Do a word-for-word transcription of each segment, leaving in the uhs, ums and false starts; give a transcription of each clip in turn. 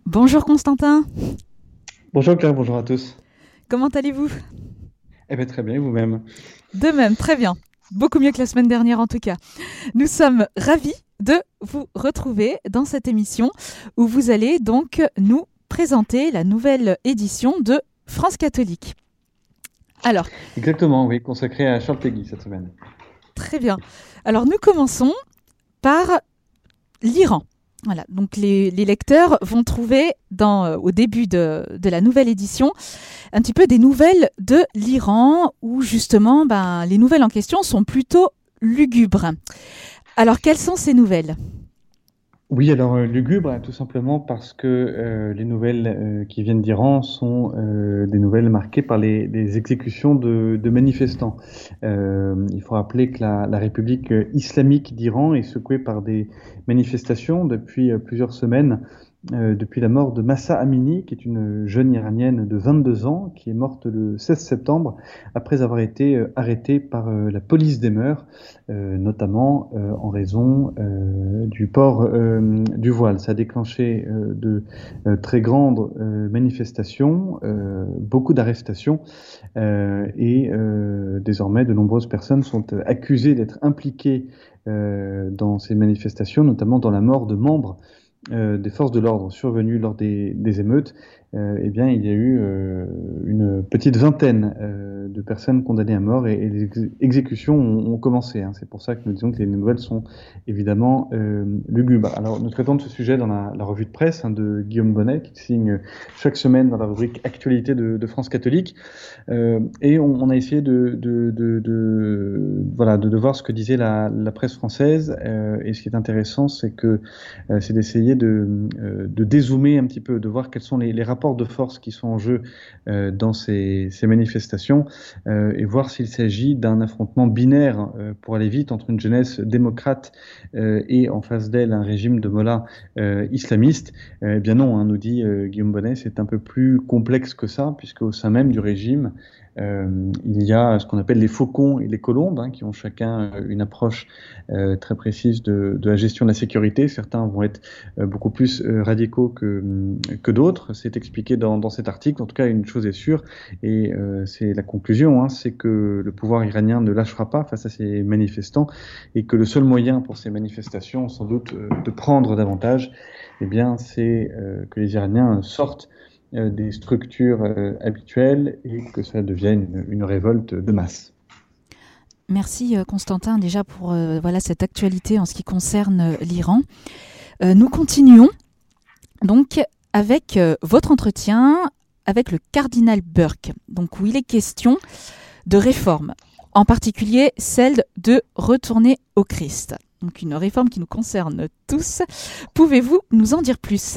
Bonjour Constantin, Bonjour Claire, bonjour à tous. comment allez-vous? Eh bien très bien, et vous-même? De même, très bien. Beaucoup mieux que la semaine dernière en tout cas. Nous sommes ravis de vous retrouver dans cette émission où vous allez donc nous présenter la nouvelle édition de France catholique. Alors, Exactement, oui, consacré à Charles Péguy cette semaine. très bien. Alors nous commençons par l'Iran. Voilà, donc les, les lecteurs vont trouver dans, euh, au début de, de la nouvelle édition un petit peu des nouvelles de l'Iran où justement ben, les nouvelles en question sont plutôt lugubres. Alors quelles sont ces nouvelles? Oui, alors euh, lugubre, hein, tout simplement parce que euh, les nouvelles euh, qui viennent d'Iran sont euh, des nouvelles marquées par les, les exécutions de, de manifestants. Euh, il faut rappeler que la, la République euh, islamique d'Iran est secouée par des manifestations depuis euh, plusieurs semaines. Euh, depuis la mort de Mahsa Amini, qui est une jeune Iranienne de vingt-deux ans, qui est morte le seize septembre après avoir été euh, arrêtée par euh, la police des mœurs, euh, notamment euh, en raison euh, du port euh, du voile. Ça a déclenché euh, de euh, très grandes euh, manifestations, euh, beaucoup d'arrestations, euh, et euh, désormais de nombreuses personnes sont euh, accusées d'être impliquées euh, dans ces manifestations, notamment dans la mort de membres euh, des forces de l'ordre survenues lors des, des émeutes. Euh, eh bien, il y a eu euh, une petite vingtaine euh, de personnes condamnées à mort et, et les ex- exécutions ont, ont commencé, hein. C'est pour ça que nous disons que les nouvelles sont évidemment euh, lugubres. Alors, nous traitons de ce sujet dans la, la revue de presse, hein, de Guillaume Bonnet, qui signe chaque semaine dans la rubrique Actualité de, de France catholique. Euh, et on, on a essayé de, de, de, de, voilà, de, de voir ce que disait la, la presse française. Euh, et ce qui est intéressant, c'est que euh, c'est d'essayer de, euh, de dézoomer un petit peu, de voir quels sont les, les rapports de force qui sont en jeu euh, dans ces, ces manifestations, euh, et voir s'il s'agit d'un affrontement binaire, euh, pour aller vite, entre une jeunesse démocrate euh, et en face d'elle un régime de mollahs euh, islamistes. Euh, eh bien non, hein, nous dit euh, Guillaume Bonnet, c'est un peu plus complexe que ça, puisque au sein même du régime, euh, il y a ce qu'on appelle les faucons et les colombes, hein, qui ont chacun euh, une approche euh, très précise de, de la gestion de la sécurité. Certains vont être euh, beaucoup plus euh, radicaux que, que d'autres. C'est expliqué dans, dans cet article. En tout cas, une chose est sûre, et euh, c'est la conclusion, hein, c'est que le pouvoir iranien ne lâchera pas face à ces manifestants, et que le seul moyen pour ces manifestations, sans doute, euh, de prendre davantage, eh bien, c'est euh, que les Iraniens sortent euh, des structures euh, habituelles et que ça devienne une, une révolte de masse. Merci euh, Constantin déjà pour euh, voilà, cette actualité en ce qui concerne euh, l'Iran. Euh, nous continuons donc avec euh, votre entretien avec le cardinal Burke, donc où il est question de réforme, en particulier celle de retourner au Christ. Donc une réforme qui nous concerne tous. Pouvez-vous nous en dire plus?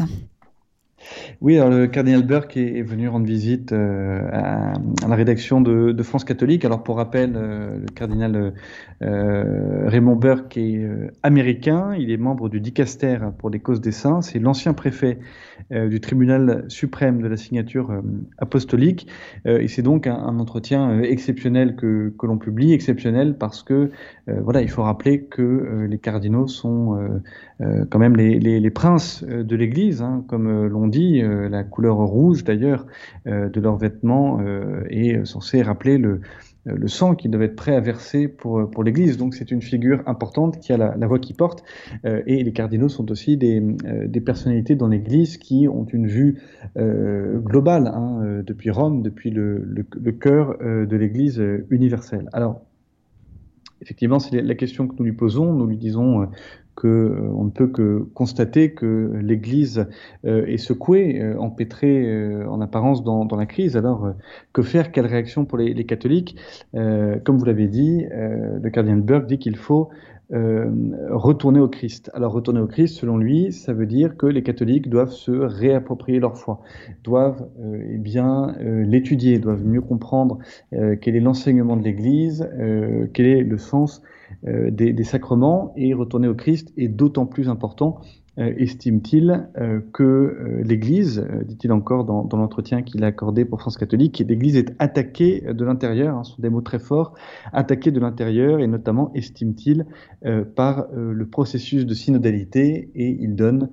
Oui, alors le cardinal Burke est, est venu rendre visite euh, à, à la rédaction de, de France catholique. Alors pour rappel, euh, le cardinal euh, Raymond Burke est euh, américain, il est membre du dicaster pour les causes des saints, c'est l'ancien préfet euh, du tribunal suprême de la signature euh, apostolique, euh, et c'est donc un, un entretien euh, exceptionnel que, que l'on publie, exceptionnel parce que euh, voilà, il faut rappeler que euh, les cardinaux sont euh, euh, quand même les, les, les princes euh, de l'Église, hein, comme euh, l'on dit, euh, la couleur rouge d'ailleurs euh, de leurs vêtements euh, est censée rappeler le, le sang qui devait être prêt à verser pour, pour l'Église. Donc c'est une figure importante qui a la, la voix qui porte. Euh, et les cardinaux sont aussi des, euh, des personnalités dans l'Église qui ont une vue euh, globale, hein, euh, depuis Rome, depuis le, le, le cœur euh, de l'Église universelle. Alors, effectivement, c'est la question que nous lui posons. Nous lui disons euh, que euh, on ne peut que constater que l'Église euh, est secouée, euh, empêtrée euh, en apparence dans, dans la crise. Alors, euh, que faire? Quelle réaction pour les, les catholiques? Euh, Comme vous l'avez dit, euh, le cardinal Burke dit qu'il faut euh, retourner au Christ. Alors, retourner au Christ, selon lui, ça veut dire que les catholiques doivent se réapproprier leur foi, doivent euh, eh bien euh, l'étudier, doivent mieux comprendre euh, quel est l'enseignement de l'Église, euh, quel est le sens euh, des, des sacrements, et retourner au Christ est d'autant plus important, euh, estime-t-il, euh, que euh, l'Église, euh, dit-il encore dans, dans l'entretien qu'il a accordé pour France catholique, l'Église est attaquée de l'intérieur, hein, ce sont des mots très forts, attaquée de l'intérieur, et notamment, estime-t-il, euh, par euh, le processus de synodalité, et il donne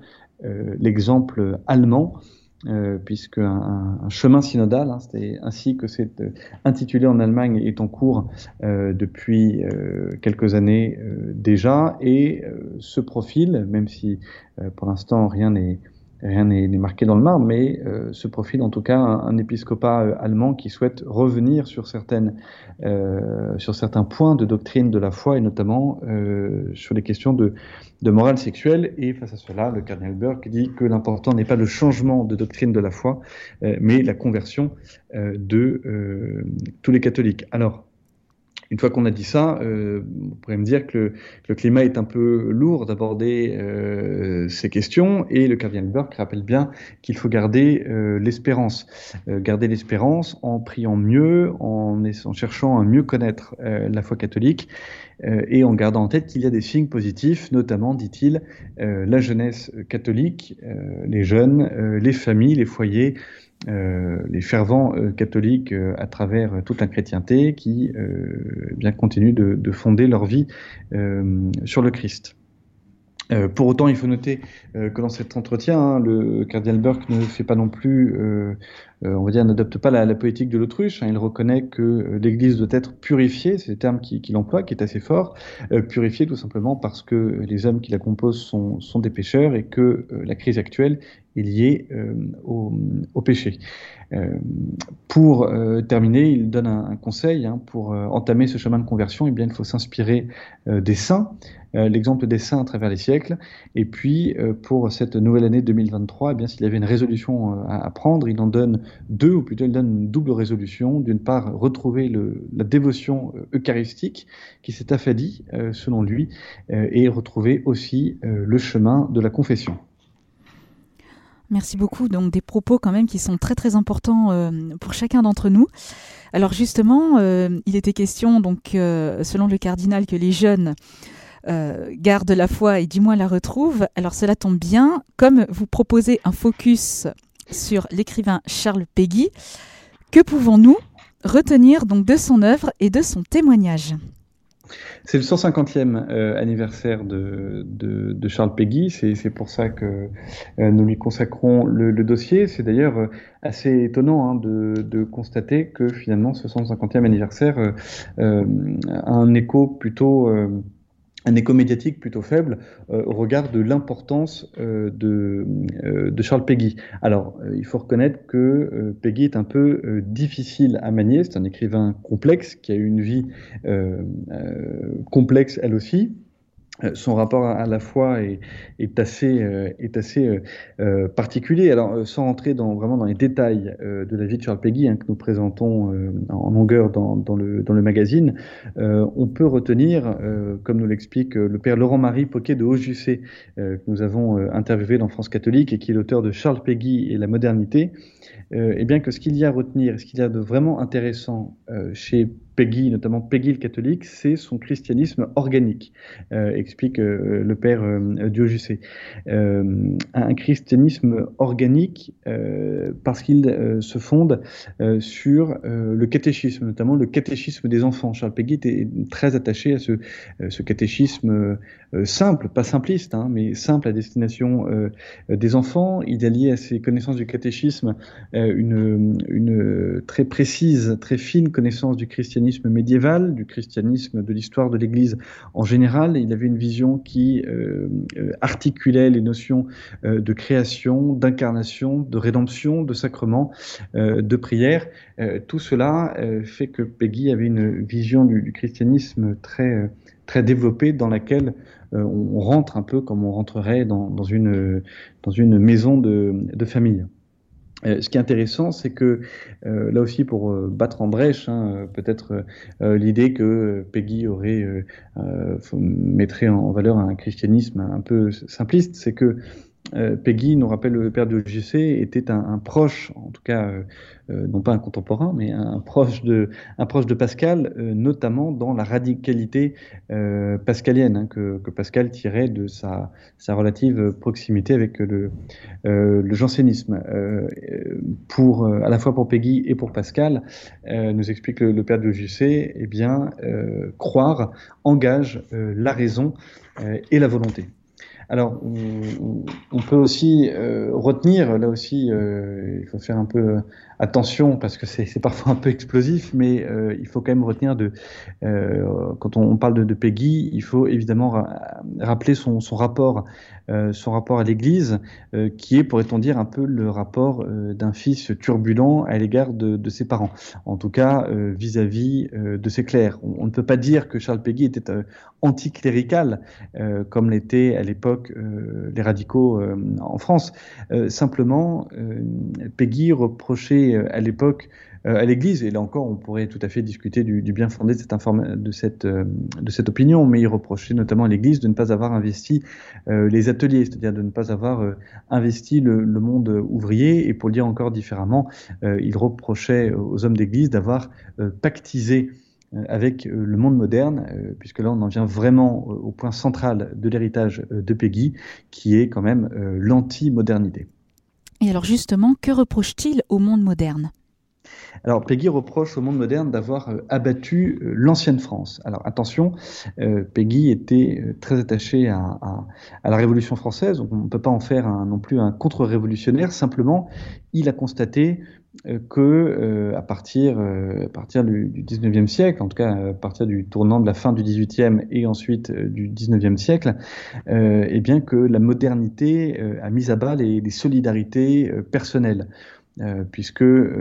euh, l'exemple allemand, euh, puisque un, un chemin synodal, hein, c'est ainsi que c'est euh, intitulé en Allemagne, est en cours euh, depuis euh, quelques années euh, déjà, et euh, ce profil, même si euh, pour l'instant rien n'est Rien n'est marqué dans le marbre, mais euh, ce profil, en tout cas, un, un épiscopat euh, allemand qui souhaite revenir sur certaines, euh, sur certains points de doctrine de la foi, et notamment euh, sur les questions de, de morale sexuelle. Et face à cela, le cardinal Burke dit que l'important n'est pas le changement de doctrine de la foi, euh, mais la conversion euh, de euh, tous les catholiques. Alors, une fois qu'on a dit ça, euh, on pourrait me dire que le, le climat est un peu lourd d'aborder euh, ces questions, et le cardinal Burke rappelle bien qu'il faut garder euh, l'espérance. Euh, garder l'espérance en priant mieux, en, en cherchant à mieux connaître euh, la foi catholique, euh, et en gardant en tête qu'il y a des signes positifs, notamment, dit-il, euh, la jeunesse catholique, euh, les jeunes, euh, les familles, les foyers, Euh, les fervents euh, catholiques euh, à travers euh, toute la chrétienté qui euh, eh bien continuent de, de fonder leur vie euh, sur le Christ. Euh, pour autant, il faut noter euh, que dans cet entretien, hein, le cardinal Burke ne fait pas non plus, euh, euh, on va dire, n'adopte pas la, la politique de l'autruche. Hein. Il reconnaît que euh, l'Église doit être purifiée, c'est le terme qu'il qui emploie, qui est assez fort, euh, purifiée tout simplement parce que les hommes qui la composent sont, sont des pécheurs, et que euh, la crise actuelle est liée euh, au, au péché. Euh, pour euh, terminer, il donne un, un conseil, hein, pour euh, entamer ce chemin de conversion. Eh bien, il faut s'inspirer euh, des saints, euh, l'exemple des saints à travers les siècles. Et puis, euh, pour cette nouvelle année deux mille vingt-trois, eh bien, s'il y avait une résolution euh, à, à prendre, il en donne deux, ou plutôt il donne une double résolution. D'une part, retrouver le, la dévotion euh, eucharistique qui s'est affadie, euh, selon lui, euh, et retrouver aussi euh, le chemin de la confession. Merci beaucoup. Donc des propos quand même qui sont très très importants euh, pour chacun d'entre nous. Alors justement, euh, il était question, donc euh, selon le cardinal, que les jeunes euh, gardent la foi et du moins la retrouvent. Alors cela tombe bien, comme vous proposez un focus sur l'écrivain Charles Péguy, que pouvons-nous retenir donc de son œuvre et de son témoignage ? C'est le cent cinquantième euh, anniversaire de, de, de Charles Péguy, c'est, c'est pour ça que euh, nous lui consacrons le, le dossier. C'est d'ailleurs euh, assez étonnant, hein, de, de constater que finalement ce cent cinquantième anniversaire euh, euh, a un écho plutôt... Euh, un écho médiatique plutôt faible euh, au regard de l'importance euh, de, euh, de Charles Péguy. Alors, euh, il faut reconnaître que euh, Péguy est un peu euh, difficile à manier. C'est un écrivain complexe qui a eu une vie euh, euh, complexe elle aussi. Son rapport à la foi est, est assez, euh, est assez euh, euh, particulier. Alors, euh, sans rentrer dans, vraiment dans les détails euh, de la vie de Charles Péguy, hein, que nous présentons euh, en longueur dans, dans, le, dans le magazine, euh, on peut retenir, euh, comme nous l'explique euh, le père Laurent-Marie Poquet de Haut-Jussé, euh, que nous avons euh, interviewé dans France Catholique et qui est l'auteur de Charles Péguy et la modernité, euh, eh bien que ce qu'il y a à retenir, ce qu'il y a de vraiment intéressant euh, chez Péguy, notamment Péguy le catholique, c'est son christianisme organique, euh, explique euh, le père euh, Diogusé. Euh, un christianisme organique euh, parce qu'il euh, se fonde euh, sur euh, le catéchisme, notamment le catéchisme des enfants. Charles Péguy était très attaché à ce, euh, ce catéchisme euh, simple, pas simpliste, hein, mais simple à destination euh, des enfants. Il a lié à ses connaissances du catéchisme euh, une, une très précise, très fine connaissance du christianisme médiéval, du christianisme, de l'histoire de l'Église en général. Il avait une vision qui euh, articulait les notions euh, de création, d'incarnation, de rédemption, de sacrement, euh, de prière. Euh, tout cela euh, fait que Péguy avait une vision du, du christianisme très, très développée, dans laquelle euh, on rentre un peu comme on rentrerait dans, dans, une, dans une maison de, de famille. Euh, ce qui est intéressant, c'est que euh, là aussi, pour euh, battre en brèche, hein, peut-être euh, l'idée que Péguy aurait euh, euh, mettrait en valeur un christianisme un peu simpliste, c'est que euh, Péguy, nous rappelle le père de J C, était un, un proche, en tout cas, euh, euh, non pas un contemporain, mais un proche de, un proche de Pascal, euh, notamment dans la radicalité euh, pascalienne, hein, que, que Pascal tirait de sa, sa relative proximité avec le, euh, le jansénisme. Euh, pour, à la fois pour Péguy et pour Pascal, euh, nous explique le, le père de J C, eh bien, euh, croire engage euh, la raison euh, et la volonté. Alors, on, on peut aussi euh, retenir, là aussi, euh, il faut faire un peu attention parce que c'est c'est parfois un peu explosif, mais euh, il faut quand même retenir de, euh, quand on, on parle de, de Peggy, il faut évidemment ra- rappeler son, son rapport, euh, son rapport à l'Église, euh, qui est, pourrait-on dire, un peu le rapport euh, d'un fils turbulent à l'égard de, de ses parents. En tout cas, euh, vis-à-vis euh, de ses clercs. On, on ne peut pas dire que Charles Péguy était euh, anticlérical, euh, comme l'étaient à l'époque euh, les radicaux euh, en France. Euh, simplement, euh, Péguy reprochait euh, à l'époque euh, à l'Église, et là encore, on pourrait tout à fait discuter du, du bien fondé de cette, informa- de, cette, euh, de cette opinion, mais il reprochait notamment à l'Église de ne pas avoir investi euh, les ateliers, c'est-à-dire de ne pas avoir euh, investi le, le monde ouvrier, et pour le dire encore différemment, euh, il reprochait aux hommes d'Église d'avoir euh, pactisé avec le monde moderne, puisque là on en vient vraiment au point central de l'héritage de Péguy, qui est quand même l'anti-modernité. Et alors justement, que reproche-t-il au monde moderne ? Alors Péguy reproche au monde moderne d'avoir abattu l'ancienne France. Alors attention, euh, Péguy était très attaché à, à, à la Révolution française, donc on ne peut pas en faire un, non plus un contre-révolutionnaire, simplement il a constaté que euh, à partir, euh, à partir du, du dix-neuvième siècle, en tout cas à partir du tournant de la fin du dixhuitième et ensuite euh, du dix-neuvième siècle, euh, eh bien que la modernité euh, a mis à bas les, les solidarités euh, personnelles. Euh, puisque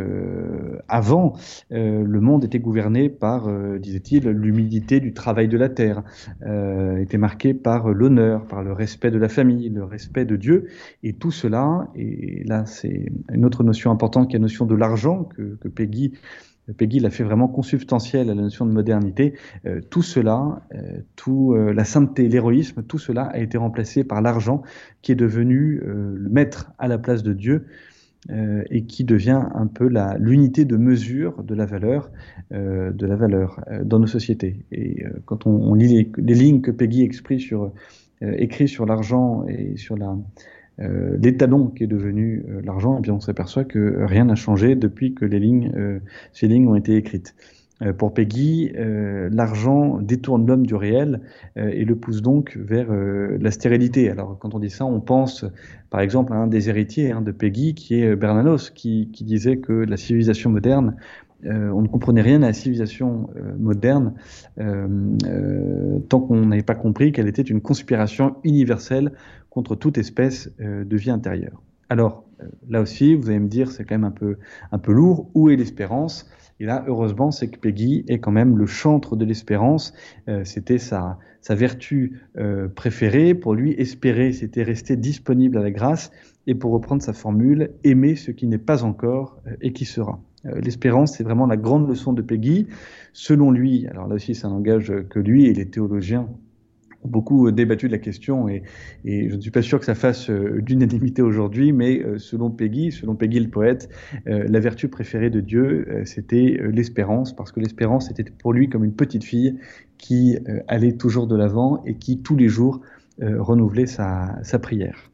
euh, avant, euh, le monde était gouverné par, euh, disait-il, l'humilité du travail de la terre, euh, était marqué par l'honneur, par le respect de la famille, le respect de Dieu, et tout cela, et là c'est une autre notion importante qui est la notion de l'argent, que, que Péguy Péguy l'a fait vraiment consubstantielle à la notion de modernité. Euh, tout cela, euh, tout euh, la sainteté, l'héroïsme, tout cela a été remplacé par l'argent, qui est devenu euh, le maître à la place de Dieu. Euh, et qui devient un peu la, l'unité de mesure de la valeur, euh, de la valeur euh, dans nos sociétés. Et euh, quand on, on lit les, les lignes que Péguy écrit sur, euh, écrit sur l'argent et sur la, euh, l'étalon qui est devenu euh, l'argent, eh bien on s'aperçoit que rien n'a changé depuis que les lignes, euh, ces lignes ont été écrites. Euh, pour Péguy, euh, l'argent détourne l'homme du réel euh, et le pousse donc vers euh, la stérilité. Alors quand on dit ça, on pense par exemple à un des héritiers hein, de Péguy qui est Bernanos, qui, qui disait que la civilisation moderne, euh, on ne comprenait rien à la civilisation euh, moderne euh, euh, tant qu'on n'avait pas compris qu'elle était une conspiration universelle contre toute espèce euh, de vie intérieure. Alors euh, là aussi, vous allez me dire, c'est quand même un peu, un peu lourd. Où est l'espérance ? Et là, heureusement, c'est que Péguy est quand même le chantre de l'espérance. Euh, c'était sa, sa vertu euh, préférée. Pour lui, espérer, c'était rester disponible à la grâce. Et pour reprendre sa formule, aimer ce qui n'est pas encore euh, et qui sera. Euh, l'espérance, c'est vraiment la grande leçon de Péguy. Selon lui, alors là aussi, c'est un langage que lui et les théologiens beaucoup débattu de la question et, et je ne suis pas sûr que ça fasse euh, l'unanimité aujourd'hui, mais euh, selon Péguy, selon Péguy le poète, euh, la vertu préférée de Dieu, euh, c'était euh, l'espérance, parce que l'espérance était pour lui comme une petite fille qui euh, allait toujours de l'avant et qui tous les jours euh, renouvelait sa, sa prière.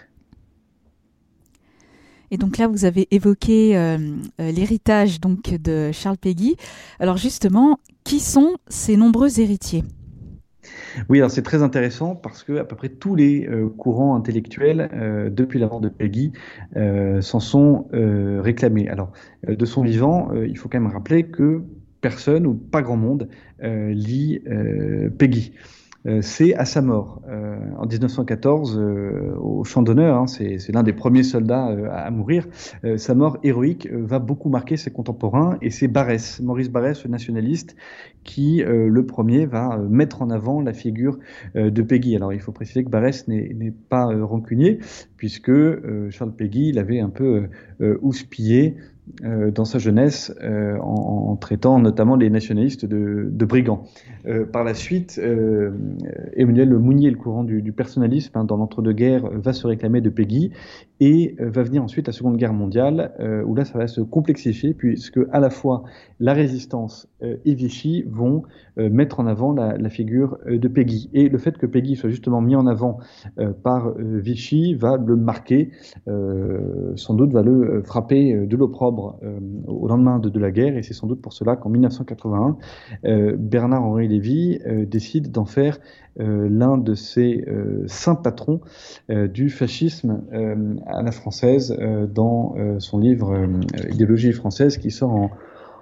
Et donc là, vous avez évoqué euh, euh, l'héritage donc de Charles Péguy. Alors justement, qui sont ces nombreux héritiers ? Oui, alors c'est très intéressant parce que à peu près tous les euh, courants intellectuels euh, depuis la mort de Péguy euh, s'en sont euh, réclamés. Alors euh, de son vivant, euh, il faut quand même rappeler que personne ou pas grand monde euh, lit euh, Péguy. Euh, c'est à sa mort, euh, en dix-neuf cent quatorze, euh, au Champ d'honneur, hein, c'est, c'est l'un des premiers soldats euh, à, à mourir. Euh, sa mort héroïque euh, va beaucoup marquer ses contemporains, et c'est Barrès, Maurice Barrès, le nationaliste, qui, euh, le premier, va euh, mettre en avant la figure euh, de Péguy. Alors, il faut préciser que Barrès n'est, n'est pas euh, rancunier, puisque euh, Charles Péguy l'avait un peu euh, houspillé euh, dans sa jeunesse, euh, en, en traitant notamment les nationalistes de, de brigands. Euh, par la suite, euh, Emmanuel Mounier, le courant du, du personnalisme, hein, dans l'entre-deux-guerres, va se réclamer de Péguy, et euh, va venir ensuite la Seconde Guerre mondiale, euh, où là ça va se complexifier, puisque à la fois la résistance euh, et Vichy vont euh, mettre en avant la, la figure euh, de Péguy. Et le fait que Péguy soit justement mis en avant euh, par euh, Vichy va le marquer, euh, sans doute va le frapper de l'opprobre novembre, euh, au lendemain de, de la guerre, et c'est sans doute pour cela qu'en mille neuf cent quatre-vingt-un, euh, Bernard-Henri Lévy euh, décide d'en faire euh, l'un de ses euh, saints patrons euh, du fascisme euh, à la française euh, dans euh, son livre euh, Idéologie française qui sort en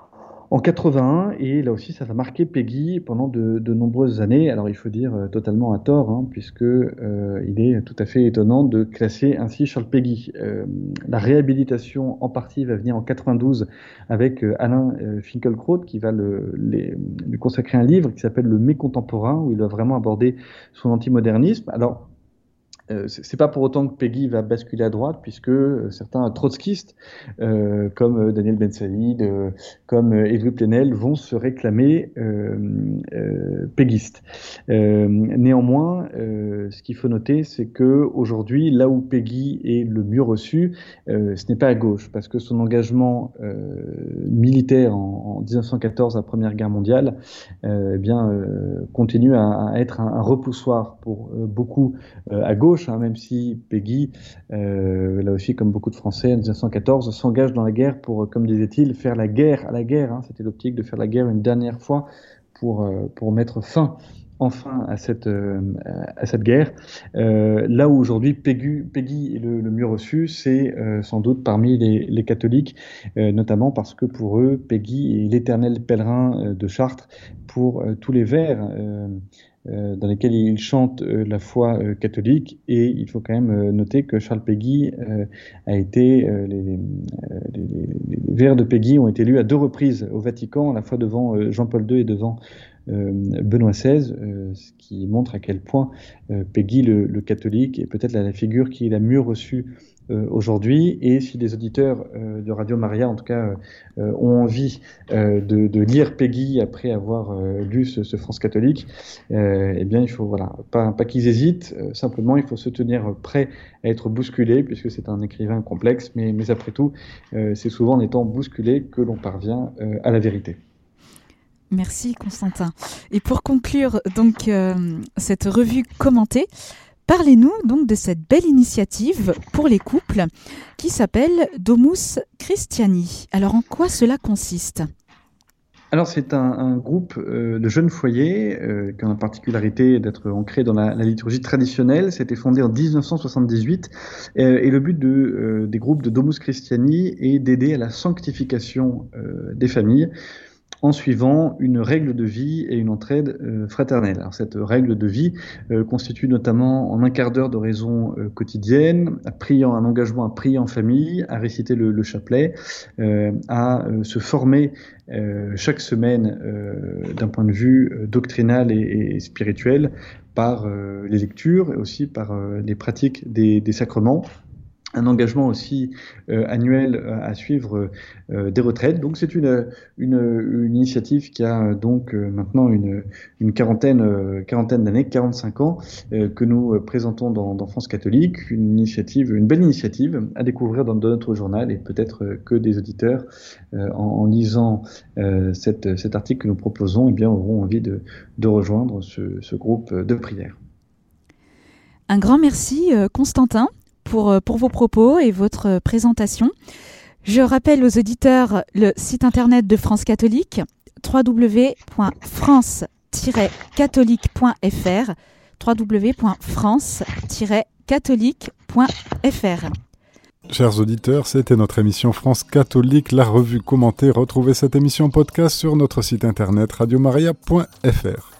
En quatre-vingt-un, et là aussi, ça va marquer Péguy pendant de, de nombreuses années. Alors, il faut dire euh, totalement à tort, hein, puisque euh, il est tout à fait étonnant de classer ainsi Charles Péguy. Euh, la réhabilitation, en partie, va venir en quatre-vingt-douze avec euh, Alain euh, Finkielkraut, qui va le, les, lui consacrer un livre qui s'appelle Le Mécontemporain, où il va vraiment aborder son antimodernisme. Alors, Euh, c'est pas pour autant que Péguy va basculer à droite, puisque euh, certains trotskistes, euh, comme euh, Daniel Ben Saïd, euh, comme euh, Edouard Plenel, vont se réclamer euh, euh, péguistes. Euh, néanmoins, euh, ce qu'il faut noter, c'est que aujourd'hui, là où Péguy est le mieux reçu, euh, ce n'est pas à gauche, parce que son engagement euh, militaire en, en dix-neuf cent quatorze, la Première Guerre mondiale, euh, eh bien, euh, continue à, à être un, un repoussoir pour euh, beaucoup euh, à gauche. Hein, même si Péguy, euh, là aussi comme beaucoup de Français en dix-neuf cent quatorze, s'engage dans la guerre pour, comme disait-il, faire la guerre à la guerre. Hein, c'était l'optique de faire la guerre une dernière fois pour, euh, pour mettre fin enfin à cette, euh, à cette guerre. Euh, là où aujourd'hui Péguy, Péguy est le, le mieux reçu, c'est euh, sans doute parmi les, les catholiques, euh, notamment parce que pour eux, Péguy est l'éternel pèlerin euh, de Chartres pour euh, tous les vers euh, Euh, dans lesquels il chante euh, la foi euh, catholique, et il faut quand même euh, noter que Charles Péguy euh, a été euh, les, les, les, les, les vers de Péguy ont été lus à deux reprises au Vatican, à la fois devant euh, Jean-Paul deux et devant euh, Benoît seize, euh, ce qui montre à quel point euh, Péguy le, le catholique est peut-être la, la figure qui est la mieux reçue Euh, aujourd'hui. Et si les auditeurs euh, de Radio Maria, en tout cas, euh, ont envie euh, de, de lire Péguy après avoir euh, lu ce, ce France catholique, euh, eh bien, il faut voilà, pas, pas qu'ils hésitent. Euh, simplement, il faut se tenir prêt à être bousculé, puisque c'est un écrivain complexe. Mais, mais après tout, euh, c'est souvent en étant bousculé que l'on parvient euh, à la vérité. Merci Constantin. Et pour conclure donc euh, cette revue commentée, parlez-nous donc de cette belle initiative pour les couples qui s'appelle Domus Christiani. Alors en quoi cela consiste ? Alors c'est un, un groupe euh, de jeunes foyers euh, qui ont la particularité d'être ancré dans la, la liturgie traditionnelle. C'était fondé en dix-neuf cent soixante-dix-huit euh, et le but de, euh, des groupes de Domus Christiani est d'aider à la sanctification euh, des familles en suivant une règle de vie et une entraide euh, fraternelle. Alors, cette règle de vie euh, constitue notamment en un quart d'heure d'oraison euh, quotidienne, à prier, un engagement à prier en famille, à réciter le, le chapelet, euh, à euh, se former euh, chaque semaine euh, d'un point de vue euh, doctrinal et, et spirituel par euh, les lectures et aussi par euh, les pratiques des, des sacrements. Un engagement aussi euh, annuel euh, à suivre euh, des retraites. Donc c'est une, une, une initiative qui a donc euh, maintenant une, une quarantaine, euh, quarantaine d'années, quarante-cinq ans, euh, que nous euh, présentons dans, dans France catholique. Une initiative, une belle initiative à découvrir dans, dans notre journal, et peut-être euh, que des auditeurs, euh, en, en lisant euh, cette, cet article que nous proposons, eh bien, auront envie de, de rejoindre ce, ce groupe de prière. Un grand merci euh, Constantin Pour, pour vos propos et votre présentation. Je rappelle aux auditeurs le site internet de France Catholique, w w w point france tiret catholique point f r, w w w point france tiret catholique point f r. Chers auditeurs, c'était notre émission France Catholique, la revue commentée. Retrouvez cette émission podcast sur notre site internet radio maria point f r.